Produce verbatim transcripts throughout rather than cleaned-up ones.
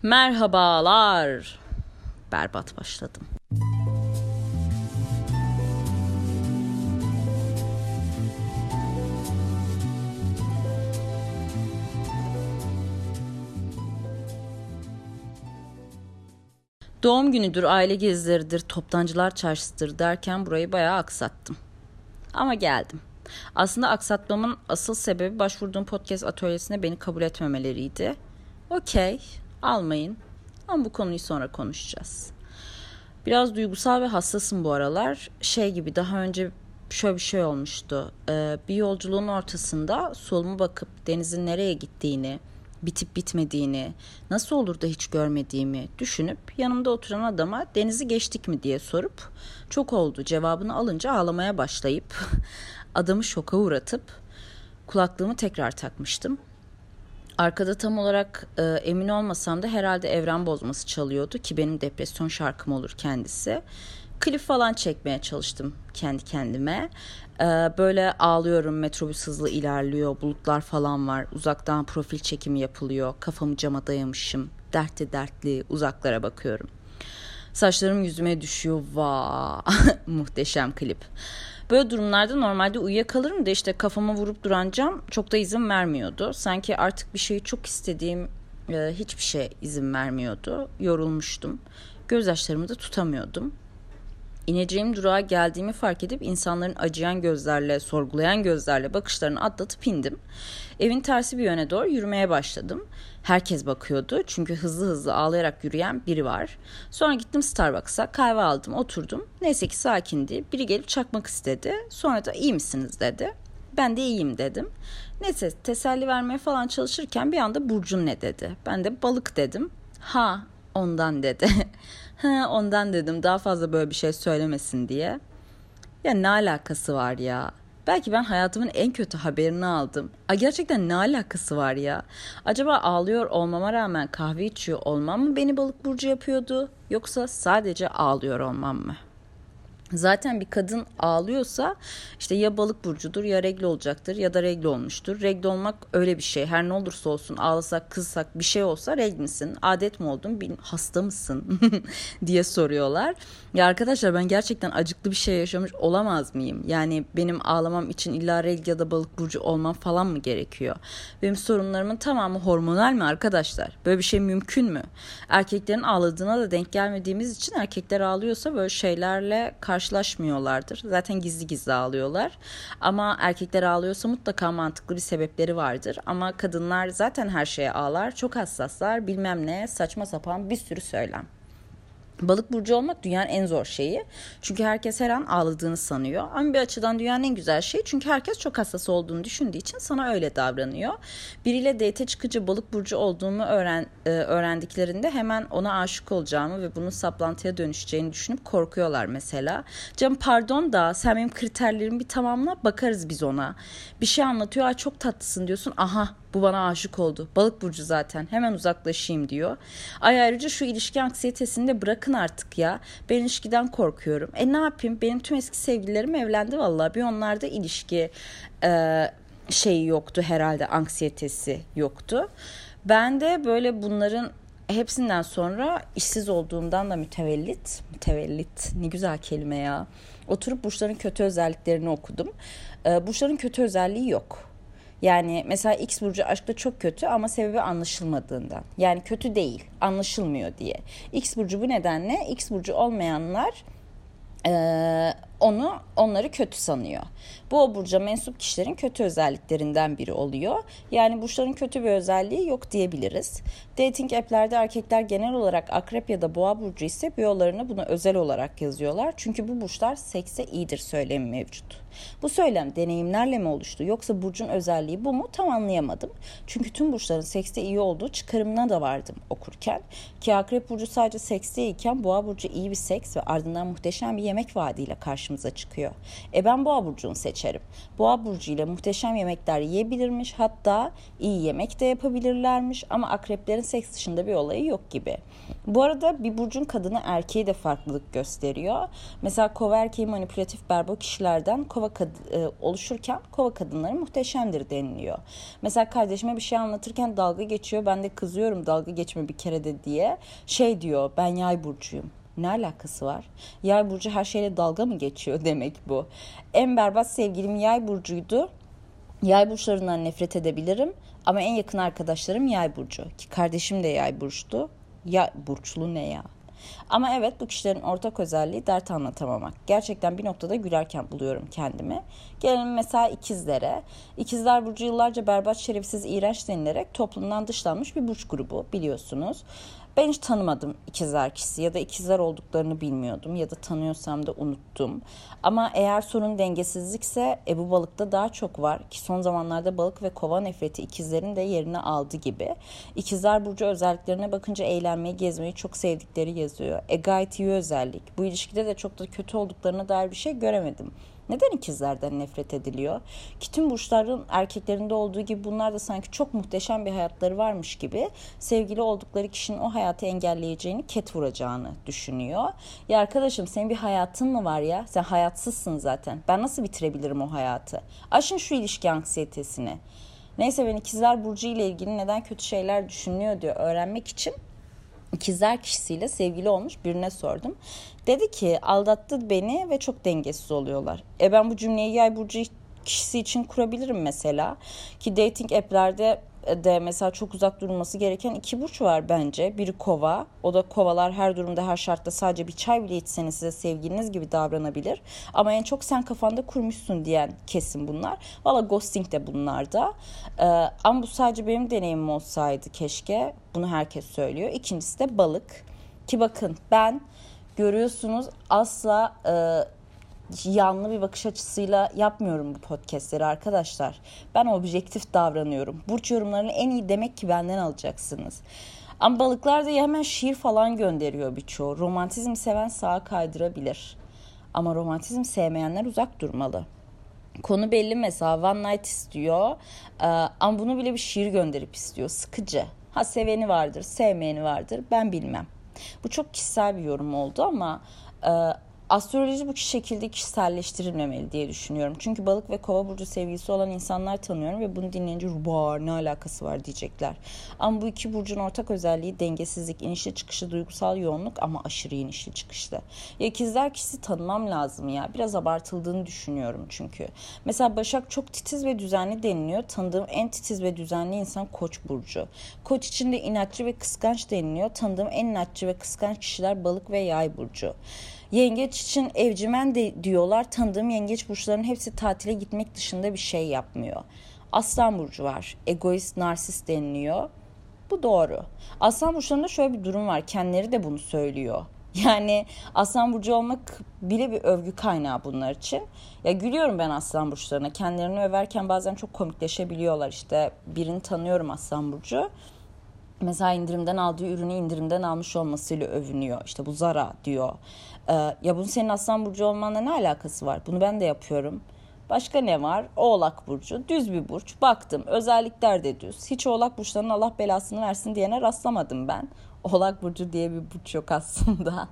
Merhabalar. Berbat başladım. Doğum günüdür, aile gezileridir, toptancılar çarşısıdır derken burayı bayağı aksattım. Ama geldim. Aslında aksatmamın asıl sebebi başvurduğum podcast atölyesine beni kabul etmemeleriydi. Okey, almayın. Ama bu konuyu sonra konuşacağız. Biraz duygusal ve hassasım bu aralar. Şey gibi daha önce şöyle bir şey olmuştu. Ee, bir yolculuğun ortasında soluma bakıp denizin nereye gittiğini, bitip bitmediğini, nasıl olur da hiç görmediğimi düşünüp yanımda oturan adama denizi geçtik mi diye sorup çok oldu cevabını alınca ağlamaya başlayıp adamı şoka uğratıp kulaklığımı tekrar takmıştım. Arkada tam olarak e, emin olmasam da herhalde Evren Bozması çalıyordu ki benim depresyon şarkım olur kendisi. Klip falan çekmeye çalıştım kendi kendime. E, böyle ağlıyorum, metrobüs hızlı ilerliyor, bulutlar falan var. Uzaktan profil çekimi yapılıyor, kafamı cama dayamışım. Dertli dertli uzaklara bakıyorum. Saçlarım yüzüme düşüyor. Vaa, muhteşem klip. Böyle durumlarda normalde uyuyakalırım da işte kafama vurup duran cam çok da izin vermiyordu. Sanki artık bir şeyi çok istediğim e, hiçbir şey izin vermiyordu. Yorulmuştum. Gözyaşlarımı da tutamıyordum. İneceğim durağa geldiğimi fark edip insanların acıyan gözlerle, sorgulayan gözlerle bakışlarını atlatıp indim. Evin tersi bir yöne doğru yürümeye başladım. Herkes bakıyordu çünkü hızlı hızlı ağlayarak yürüyen biri var. Sonra gittim Starbucks'a, kahve aldım, oturdum. Neyse ki sakindi. Biri gelip çakmak istedi. Sonra da iyi misiniz dedi. Ben de iyiyim dedim. Neyse teselli vermeye falan çalışırken bir anda Burcun ne dedi. Ben de balık dedim. Ha ondan dedi. Ha ondan dedim daha fazla böyle bir şey söylemesin diye. Ya ne alakası var ya? Belki ben hayatımın en kötü haberini aldım. A gerçekten ne alakası var ya? Acaba ağlıyor olmama rağmen kahve içiyor olmam mı beni balık burcu yapıyordu? Yoksa sadece ağlıyor olmam mı? Zaten bir kadın ağlıyorsa işte ya balık burcudur ya regl olacaktır ya da regl olmuştur. Regl olmak öyle bir şey. Her ne olursa olsun ağlasak kızsak bir şey olsa regl misin? Adet mi oldun? Bil, hasta mısın? diye soruyorlar. Ya arkadaşlar ben gerçekten acıklı bir şey yaşamış olamaz mıyım? Yani benim ağlamam için illa regl ya da balık burcu olmam falan mı gerekiyor? Benim sorunlarımın tamamı hormonal mi arkadaşlar? Böyle bir şey mümkün mü? Erkeklerin ağladığına da denk gelmediğimiz için erkekler ağlıyorsa böyle şeylerle karşılaşmıyorlardır. Zaten gizli gizli ağlıyorlar. Ama erkekler ağlıyorsa mutlaka mantıklı bir sebepleri vardır. Ama kadınlar zaten her şeye ağlar. Çok hassaslar. Bilmem ne saçma sapan bir sürü söylem. Balık burcu olmak dünyanın en zor şeyi. Çünkü herkes her an ağladığını sanıyor. Ama bir açıdan dünyanın en güzel şeyi. Çünkü herkes çok hassas olduğunu düşündüğü için sana öyle davranıyor. Biriyle date çıkıcı balık burcu olduğumu öğren, e, öğrendiklerinde hemen ona aşık olacağımı ve bunun saplantıya dönüşeceğini düşünüp korkuyorlar mesela. Canım pardon da sen benim kriterlerimi bir tamamla bakarız biz ona. Bir şey anlatıyor. Ay çok tatlısın diyorsun. Aha bu bana aşık oldu. Balık burcu zaten. Hemen uzaklaşayım diyor. Ay ayrıca şu ilişki anksiyetesini de bırakın artık ya. Ben ilişkiden korkuyorum. E ne yapayım? Benim tüm eski sevgililerim evlendi vallahi. Bir onlarda ilişki e, şeyi yoktu herhalde. Anksiyetesi yoktu. Ben de böyle bunların hepsinden sonra işsiz olduğumdan da mütevellit. Mütevellit ne güzel kelime ya. Oturup burçların kötü özelliklerini okudum. E, burçların kötü özelliği yok. Yani mesela X burcu aşkta çok kötü ama sebebi anlaşılmadığından. Yani kötü değil, anlaşılmıyor diye. X burcu bu nedenle X burcu olmayanlar e, onu onları kötü sanıyor. Bu o burca mensup kişilerin kötü özelliklerinden biri oluyor. Yani burçların kötü bir özelliği yok diyebiliriz. Dating app'lerde erkekler genel olarak akrep ya da boğa burcu ise biyolarına bunu özel olarak yazıyorlar. Çünkü bu burçlar sekse iyidir söylemi mevcut. Bu söylem deneyimlerle mi oluştu yoksa burcun özelliği bu mu tam anlayamadım. Çünkü tüm burçların sekste iyi olduğu çıkarımına da vardım okurken. Ki akrep burcu sadece sekste iyiken boğa burcu iyi bir seks ve ardından muhteşem bir yemek vaadiyle karşımıza karşımıza çıkıyor. E ben Boğa burcunu seçerim. Boğa burcu ile muhteşem yemekler yiyebilirmiş, hatta iyi yemek de yapabilirlermiş ama akreplerin seks dışında bir olayı yok gibi. Bu arada bir burcun kadını erkeği de farklılık gösteriyor. Mesela kova erkeği manipülatif berbo kişilerden kova kad- e, oluşurken kova kadınları muhteşemdir deniliyor. Mesela kardeşime bir şey anlatırken dalga geçiyor. Ben de kızıyorum dalga geçme bir kere de diye. Şey diyor, ben yay burcuyum. Ne alakası var? Yay burcu her şeyle dalga mı geçiyor demek bu. En berbat sevgilim yay burcuydu. Yay burçlarından nefret edebilirim ama en yakın arkadaşlarım yay burcu. Ki kardeşim de yay burçtu. Ya burçlu ne ya? Ama evet, bu kişilerin ortak özelliği dert anlatamamak. Gerçekten bir noktada gülerken buluyorum kendimi. Gelelim mesela ikizlere. İkizler burcu yıllarca berbat, şerefsiz, iğrenç denilerek toplumdan dışlanmış bir burç grubu, biliyorsunuz. Ben hiç tanımadım ikizler kişisi ya da ikizler olduklarını bilmiyordum ya da tanıyorsam da unuttum. Ama eğer sorun dengesizlikse e, bu balıkta daha çok var ki son zamanlarda balık ve kova nefreti ikizlerin de yerini aldı gibi. İkizler burcu özelliklerine bakınca eğlenmeyi, gezmeyi çok sevdikleri yazıyor. E gayet iyi özellik. Bu ilişkide de çok da kötü olduklarına dair bir şey göremedim. Neden ikizlerden nefret ediliyor? Ki tüm burçların erkeklerinde olduğu gibi bunlar da sanki çok muhteşem bir hayatları varmış gibi sevgili oldukları kişinin o hayatı engelleyeceğini, ket vuracağını düşünüyor. Ya arkadaşım, senin bir hayatın mı var ya? Sen hayatsızsın zaten. Ben nasıl bitirebilirim o hayatı? Aşın şu ilişki anksiyetesini. Neyse, ben ikizler burcu ile ilgili neden kötü şeyler düşünüyor diyor öğrenmek için İkizler kişisiyle sevgili olmuş birine sordum. Dedi ki aldattı beni ve çok dengesiz oluyorlar. E ben bu cümleyi yay burcu kişisi için kurabilirim mesela. Ki dating app'lerde de mesela çok uzak durulması gereken iki burç var bence. Biri kova. O da kovalar her durumda, her şartta sadece bir çay bile içseniz size sevgiliniz gibi davranabilir. Ama en çok sen kafanda kurmuşsun diyen kesim bunlar. Valla ghosting de bunlarda. Ee, ama bu sadece benim deneyimim olsaydı keşke. Bunu herkes söylüyor. İkincisi de balık. Ki bakın, ben görüyorsunuz asla e, yanlı bir bakış açısıyla yapmıyorum bu podcastleri arkadaşlar. Ben objektif davranıyorum. Burç yorumlarını en iyi demek ki benden alacaksınız. Ama balıklar da hemen şiir falan gönderiyor birçoğu. Romantizm seven sağa kaydırabilir. Ama romantizm sevmeyenler uzak durmalı. Konu belli, mesela one night istiyor. Ee, ama bunu bile bir şiir gönderip istiyor. Sıkıcı. Ha, seveni vardır, sevmeyeni vardır, ben bilmem. Bu çok kişisel bir yorum oldu ama e, astroloji bu şekilde kişiselleştirilmemeli diye düşünüyorum. Çünkü balık ve kova burcu sevgilisi olan insanlar tanıyorum ve bunu dinleyince "Var, ne alakası var" diyecekler. Ama bu iki burcun ortak özelliği dengesizlik, inişli çıkışlı duygusal yoğunluk ama aşırı inişli çıkışlı. Ya ikizler kişisi tanımam lazım ya. Biraz abartıldığını düşünüyorum çünkü. Mesela Başak çok titiz ve düzenli deniliyor. Tanıdığım en titiz ve düzenli insan Koç burcu. Koç için de inatçı ve kıskanç deniliyor. Tanıdığım en inatçı ve kıskanç kişiler Balık ve Yay burcu. Yengeç için evcimen de diyorlar. Tanıdığım yengeç burçlarının hepsi tatile gitmek dışında bir şey yapmıyor. Aslan burcu var. Egoist, narsist deniliyor. Bu doğru. Aslan burçlarında şöyle bir durum var. Kendileri de bunu söylüyor. Yani aslan burcu olmak bile bir övgü kaynağı bunlar için. Ya gülüyorum ben aslan burçlarına. Kendilerini överken bazen çok komikleşebiliyorlar. İşte birini tanıyorum aslan burcu. Mesela indirimden aldığı ürünü indirimden almış olmasıyla övünüyor. İşte bu Zara diyor. Ee, ya bunun senin aslan burcu olmanla ne alakası var? Bunu ben de yapıyorum. Başka ne var? Oğlak burcu. Düz bir burç. Baktım. Özellikler de düz. Hiç oğlak burçlarının Allah belasını versin diyene rastlamadım ben. Oğlak burcu diye bir burç yok aslında.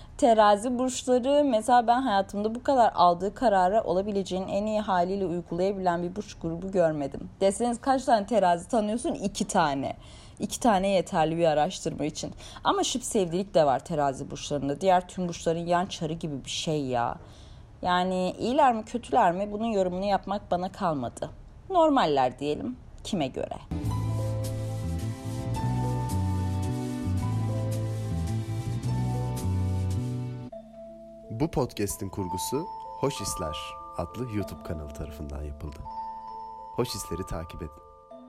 Terazi burçları, mesela ben hayatımda bu kadar aldığı kararı olabileceğin en iyi haliyle uygulayabilen bir burç grubu görmedim. Deseniz kaç tane terazi tanıyorsun? İki tane. İki tane yeterli bir araştırma için. Ama şıp sevdilik de var terazi burçlarında. Diğer tüm burçların yan çarı gibi bir şey ya. Yani iyiler mi kötüler mi, bunun yorumunu yapmak bana kalmadı. Normaller diyelim, kime göre. Bu podcast'in kurgusu Hoş İsler adlı YouTube kanalı tarafından yapıldı. Hoş İsler'i takip edin.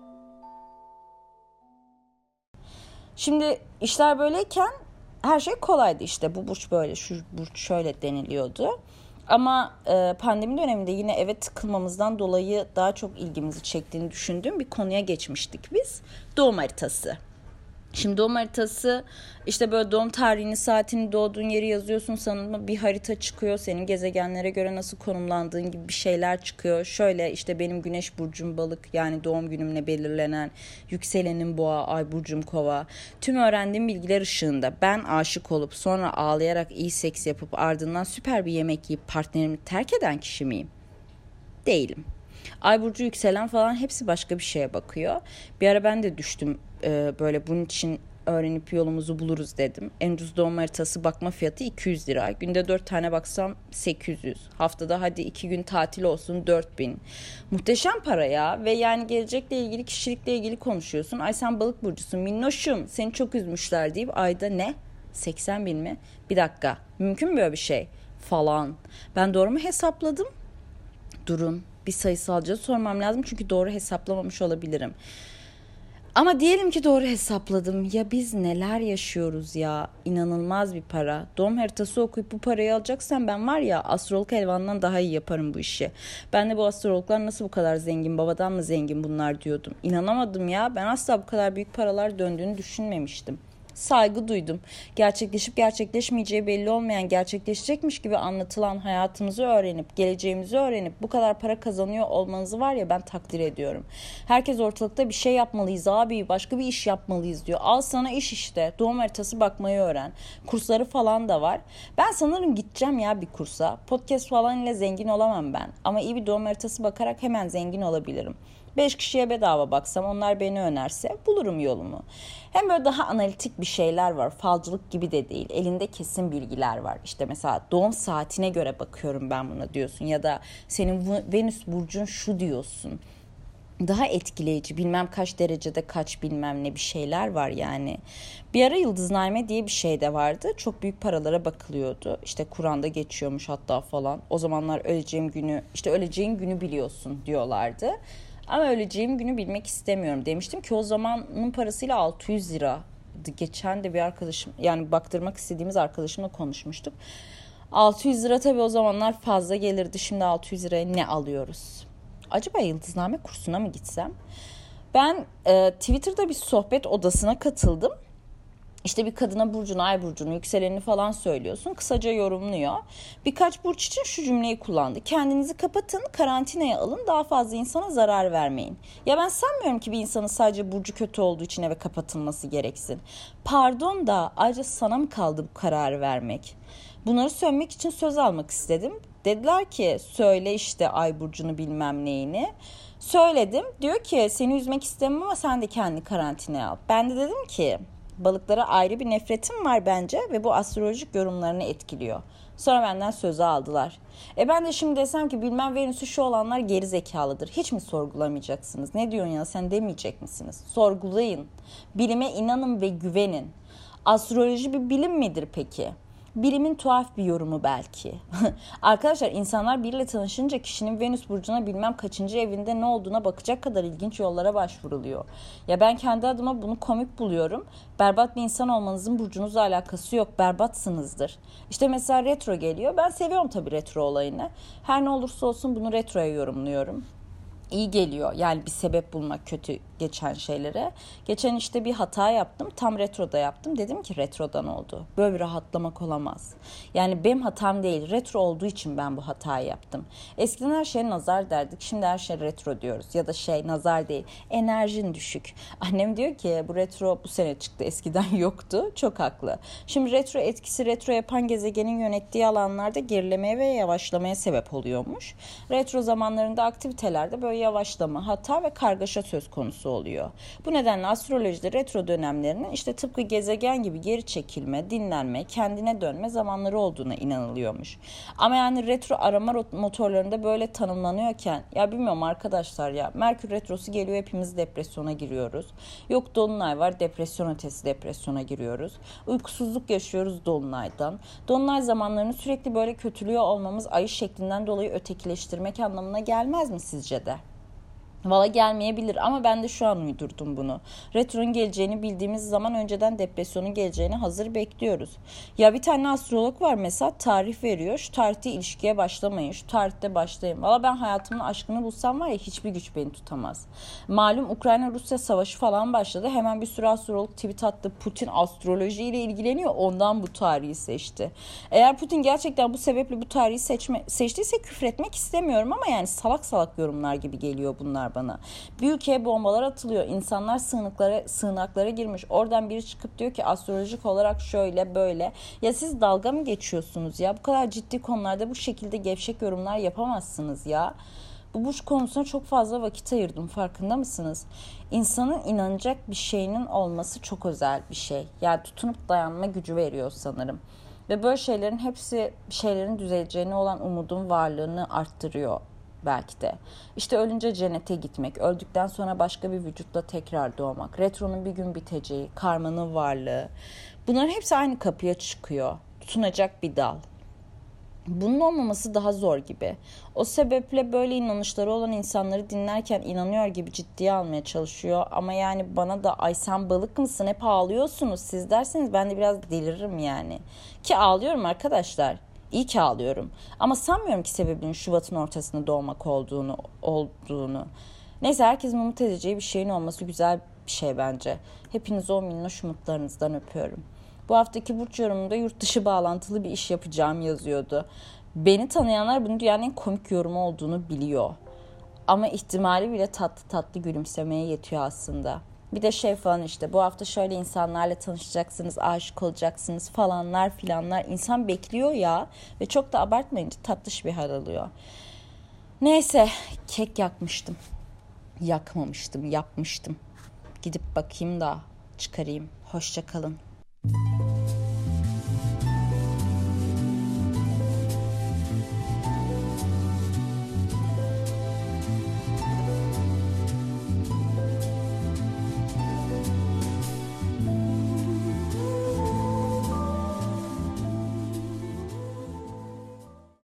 Şimdi işler böyleyken her şey kolaydı, işte bu burç böyle, şu burç şöyle deniliyordu. Ama e, pandemi döneminde yine eve tıkılmamızdan dolayı daha çok ilgimizi çektiğini düşündüğüm bir konuya geçmiştik biz. Doğum haritası. Şimdi doğum haritası işte böyle doğum tarihini, saatini, doğduğun yeri yazıyorsun, sana bir harita çıkıyor. Senin gezegenlere göre nasıl konumlandığın gibi bir şeyler çıkıyor. Şöyle işte benim güneş burcum balık, yani doğum günümle belirlenen, yükselenim boğa, ay burcum kova. Tüm öğrendiğim bilgiler ışığında ben aşık olup sonra ağlayarak iyi seks yapıp ardından süper bir yemek yiyip partnerimi terk eden kişi miyim? Değilim. Ay burcu, yükselen falan hepsi başka bir şeye bakıyor. Bir ara ben de düştüm e, böyle bunun için öğrenip yolumuzu buluruz dedim. En ucuz doğum haritası bakma fiyatı iki yüz lira. Günde dört tane baksam sekiz yüz. Haftada hadi iki gün tatil olsun dört bin. Muhteşem para ya. Ve yani gelecekle ilgili, kişilikle ilgili konuşuyorsun. Ay sen balık burcusun minnoşum, seni çok üzmüşler deyip ayda ne? seksen bin mi? Bir dakika, mümkün mü böyle bir şey? Falan. Ben doğru mu hesapladım? Durun, bir sayısalcıya sormam lazım çünkü doğru hesaplamamış olabilirim. Ama diyelim ki doğru hesapladım. Ya biz neler yaşıyoruz ya. İnanılmaz bir para. Doğum haritası okuyup bu parayı alacaksan ben var ya astrolog Elvan'dan daha iyi yaparım bu işi. Ben de bu astrologlar nasıl bu kadar zengin, babadan mı zengin bunlar diyordum. İnanamadım ya. Ben asla bu kadar büyük paralar döndüğünü düşünmemiştim. Saygı duydum. Gerçekleşip gerçekleşmeyeceği belli olmayan, gerçekleşecekmiş gibi anlatılan hayatımızı öğrenip, geleceğimizi öğrenip bu kadar para kazanıyor olmanızı var ya, ben takdir ediyorum. Herkes ortalıkta bir şey yapmalıyız abi, başka bir iş yapmalıyız diyor. Al sana iş işte. Doğum haritası bakmayı öğren. Kursları falan da var. Ben sanırım gideceğim ya bir kursa. Podcast falan ile zengin olamam ben. Ama iyi bir doğum haritası bakarak hemen zengin olabilirim. Beş kişiye bedava baksam, onlar beni önerse bulurum yolumu. Hem böyle daha analitik bir şeyler var. Falcılık gibi de değil. Elinde kesin bilgiler var. İşte mesela doğum saatine göre bakıyorum ben buna diyorsun. Ya da senin Venüs burcun şu diyorsun. Daha etkileyici, bilmem kaç derecede kaç bilmem ne bir şeyler var yani. Bir ara yıldızname diye bir şey de vardı. Çok büyük paralara bakılıyordu. İşte Kur'an'da geçiyormuş hatta falan. O zamanlar öleceğim günü, işte öleceğin günü biliyorsun diyorlardı. Ama öleceğim günü bilmek istemiyorum demiştim ki o zamanın parasıyla altı yüz lira. Geçen de bir arkadaşım, yani baktırmak istediğimiz arkadaşımla konuşmuştuk. altı yüz lira tabii o zamanlar fazla gelirdi. Şimdi altı yüz liraya ne alıyoruz? Acaba yıldızname kursuna mı gitsem? Ben e, Twitter'da bir sohbet odasına katıldım. İşte bir kadına burcunu, ay burcunu, yükselenini falan söylüyorsun. Kısaca yorumluyor. Birkaç burç için şu cümleyi kullandı. Kendinizi kapatın, karantinaya alın, daha fazla insana zarar vermeyin. Ya ben sanmıyorum ki bir insanın sadece burcu kötü olduğu için eve kapatılması gereksin. Pardon da ayrıca sana mı kaldı bu kararı vermek? Bunları söylemek için söz almak istedim. Dediler ki söyle işte ay burcunu bilmem neyini. Söyledim. Diyor ki seni üzmek istemem ama sen de kendi karantinaya al. Ben de dedim ki balıklara ayrı bir nefretim var bence ve bu astrolojik yorumlarını etkiliyor. Sonra benden sözü aldılar. E ben de şimdi desem ki bilmem Venüs'ü şu olanlar geri zekalıdır. Hiç mi sorgulamayacaksınız? Ne diyorsun ya, sen demeyecek misiniz? Sorgulayın. Bilime inanın ve güvenin. Astroloji bir bilim midir peki? Bilimin tuhaf bir yorumu belki. Arkadaşlar, insanlar biriyle tanışınca kişinin Venüs burcuna bilmem kaçıncı evinde ne olduğuna bakacak kadar ilginç yollara başvuruluyor. Ya ben kendi adıma bunu komik buluyorum. Berbat bir insan olmanızın burcunuzla alakası yok. Berbatsınızdır. İşte mesela retro geliyor. Ben seviyorum tabii retro olayını. Her ne olursa olsun bunu retroya yorumluyorum. İyi geliyor yani bir sebep bulmak kötü geçen şeylere. Geçen işte bir hata yaptım. Tam retroda yaptım. Dedim ki retrodan oldu. Böyle bir rahatlamak olamaz. Yani benim hatam değil. Retro olduğu için ben bu hatayı yaptım. Eskiden her şeye nazar derdik. Şimdi her şey retro diyoruz. Ya da şey, nazar değil. Enerjin düşük. Annem diyor ki bu retro bu sene çıktı. Eskiden yoktu. Çok haklı. Şimdi retro etkisi, retro yapan gezegenin yönettiği alanlarda gerilemeye ve yavaşlamaya sebep oluyormuş. Retro zamanlarında aktivitelerde böyle yavaşlama, hata ve kargaşa söz konusu oluyor. Bu nedenle astrolojide retro dönemlerinin işte tıpkı gezegen gibi geri çekilme, dinlenme, kendine dönme zamanları olduğuna inanılıyormuş. Ama yani retro arama motorlarında böyle tanımlanıyorken ya bilmiyorum arkadaşlar ya, Merkür retrosu geliyor, hepimiz depresyona giriyoruz. Yok dolunay var, depresyon ötesi depresyona giriyoruz. Uykusuzluk yaşıyoruz dolunaydan. Dolunay zamanlarını sürekli böyle kötülüyor olmamız ayı şeklinden dolayı ötekileştirmek anlamına gelmez mi sizce de? Valla gelmeyebilir ama ben de şu an uydurdum bunu. Retronun geleceğini bildiğimiz zaman önceden depresyonun geleceğini hazır bekliyoruz. Ya bir tane astrolog var mesela, tarih veriyor. Şu tarihte ilişkiye başlamayın, şu tarihte başlayın. Valla ben hayatımın aşkını bulsam var ya, hiçbir güç beni tutamaz. Malum Ukrayna-Rusya savaşı falan başladı. Hemen bir sürü astrolog tweet attı. Putin astrolojiyle ilgileniyor, ondan bu tarihi seçti. Eğer Putin gerçekten bu sebeple bu tarihi seçme, seçtiyse küfretmek istemiyorum ama yani salak salak yorumlar gibi geliyor bunlar bana. Bir ülkeye bombalar atılıyor. İnsanlar sığınaklara, sığınaklara girmiş. Oradan biri çıkıp diyor ki astrolojik olarak şöyle böyle. Ya siz dalga mı geçiyorsunuz ya? Bu kadar ciddi konularda bu şekilde gevşek yorumlar yapamazsınız ya. Bu burç konusuna çok fazla vakit ayırdım, farkında mısınız? İnsanın inanacak bir şeyinin olması çok özel bir şey. Yani tutunup dayanma gücü veriyor sanırım. Ve böyle şeylerin hepsi bir şeylerin düzeleceğine olan umudun varlığını arttırıyor belki de. İşte ölünce cennete gitmek, öldükten sonra başka bir vücutla tekrar doğmak, retronun bir gün biteceği, karmanın varlığı. Bunların hepsi aynı kapıya çıkıyor. Tutunacak bir dal. Bunun olmaması daha zor gibi. O sebeple böyle inanışları olan insanları dinlerken inanıyor gibi ciddiye almaya çalışıyor. Ama yani bana da ay sen balık mısın, hep ağlıyorsunuz siz derseniz ben de biraz deliririm yani. Ki ağlıyorum arkadaşlar. İyi ki ağlıyorum. Ama sanmıyorum ki sebebinin Şubat'ın ortasında doğmak olduğunu. olduğunu. Neyse, herkesin umut edeceği bir şeyin olması güzel bir şey bence. Hepinizi o minnoş umutlarınızdan öpüyorum. Bu haftaki burç yorumunda yurt dışı bağlantılı bir iş yapacağım yazıyordu. Beni tanıyanlar bunun dünyanın en komik yorumu olduğunu biliyor. Ama ihtimali bile tatlı tatlı gülümsemeye yetiyor aslında. Bir de şey falan işte, bu hafta şöyle insanlarla tanışacaksınız, aşık olacaksınız falanlar filanlar. İnsan bekliyor ya ve çok da abartmayınca tatlış bir hal alıyor. Neyse, kek yakmıştım. Yakmamıştım, yapmıştım. Gidip bakayım da çıkarayım. Hoşça kalın.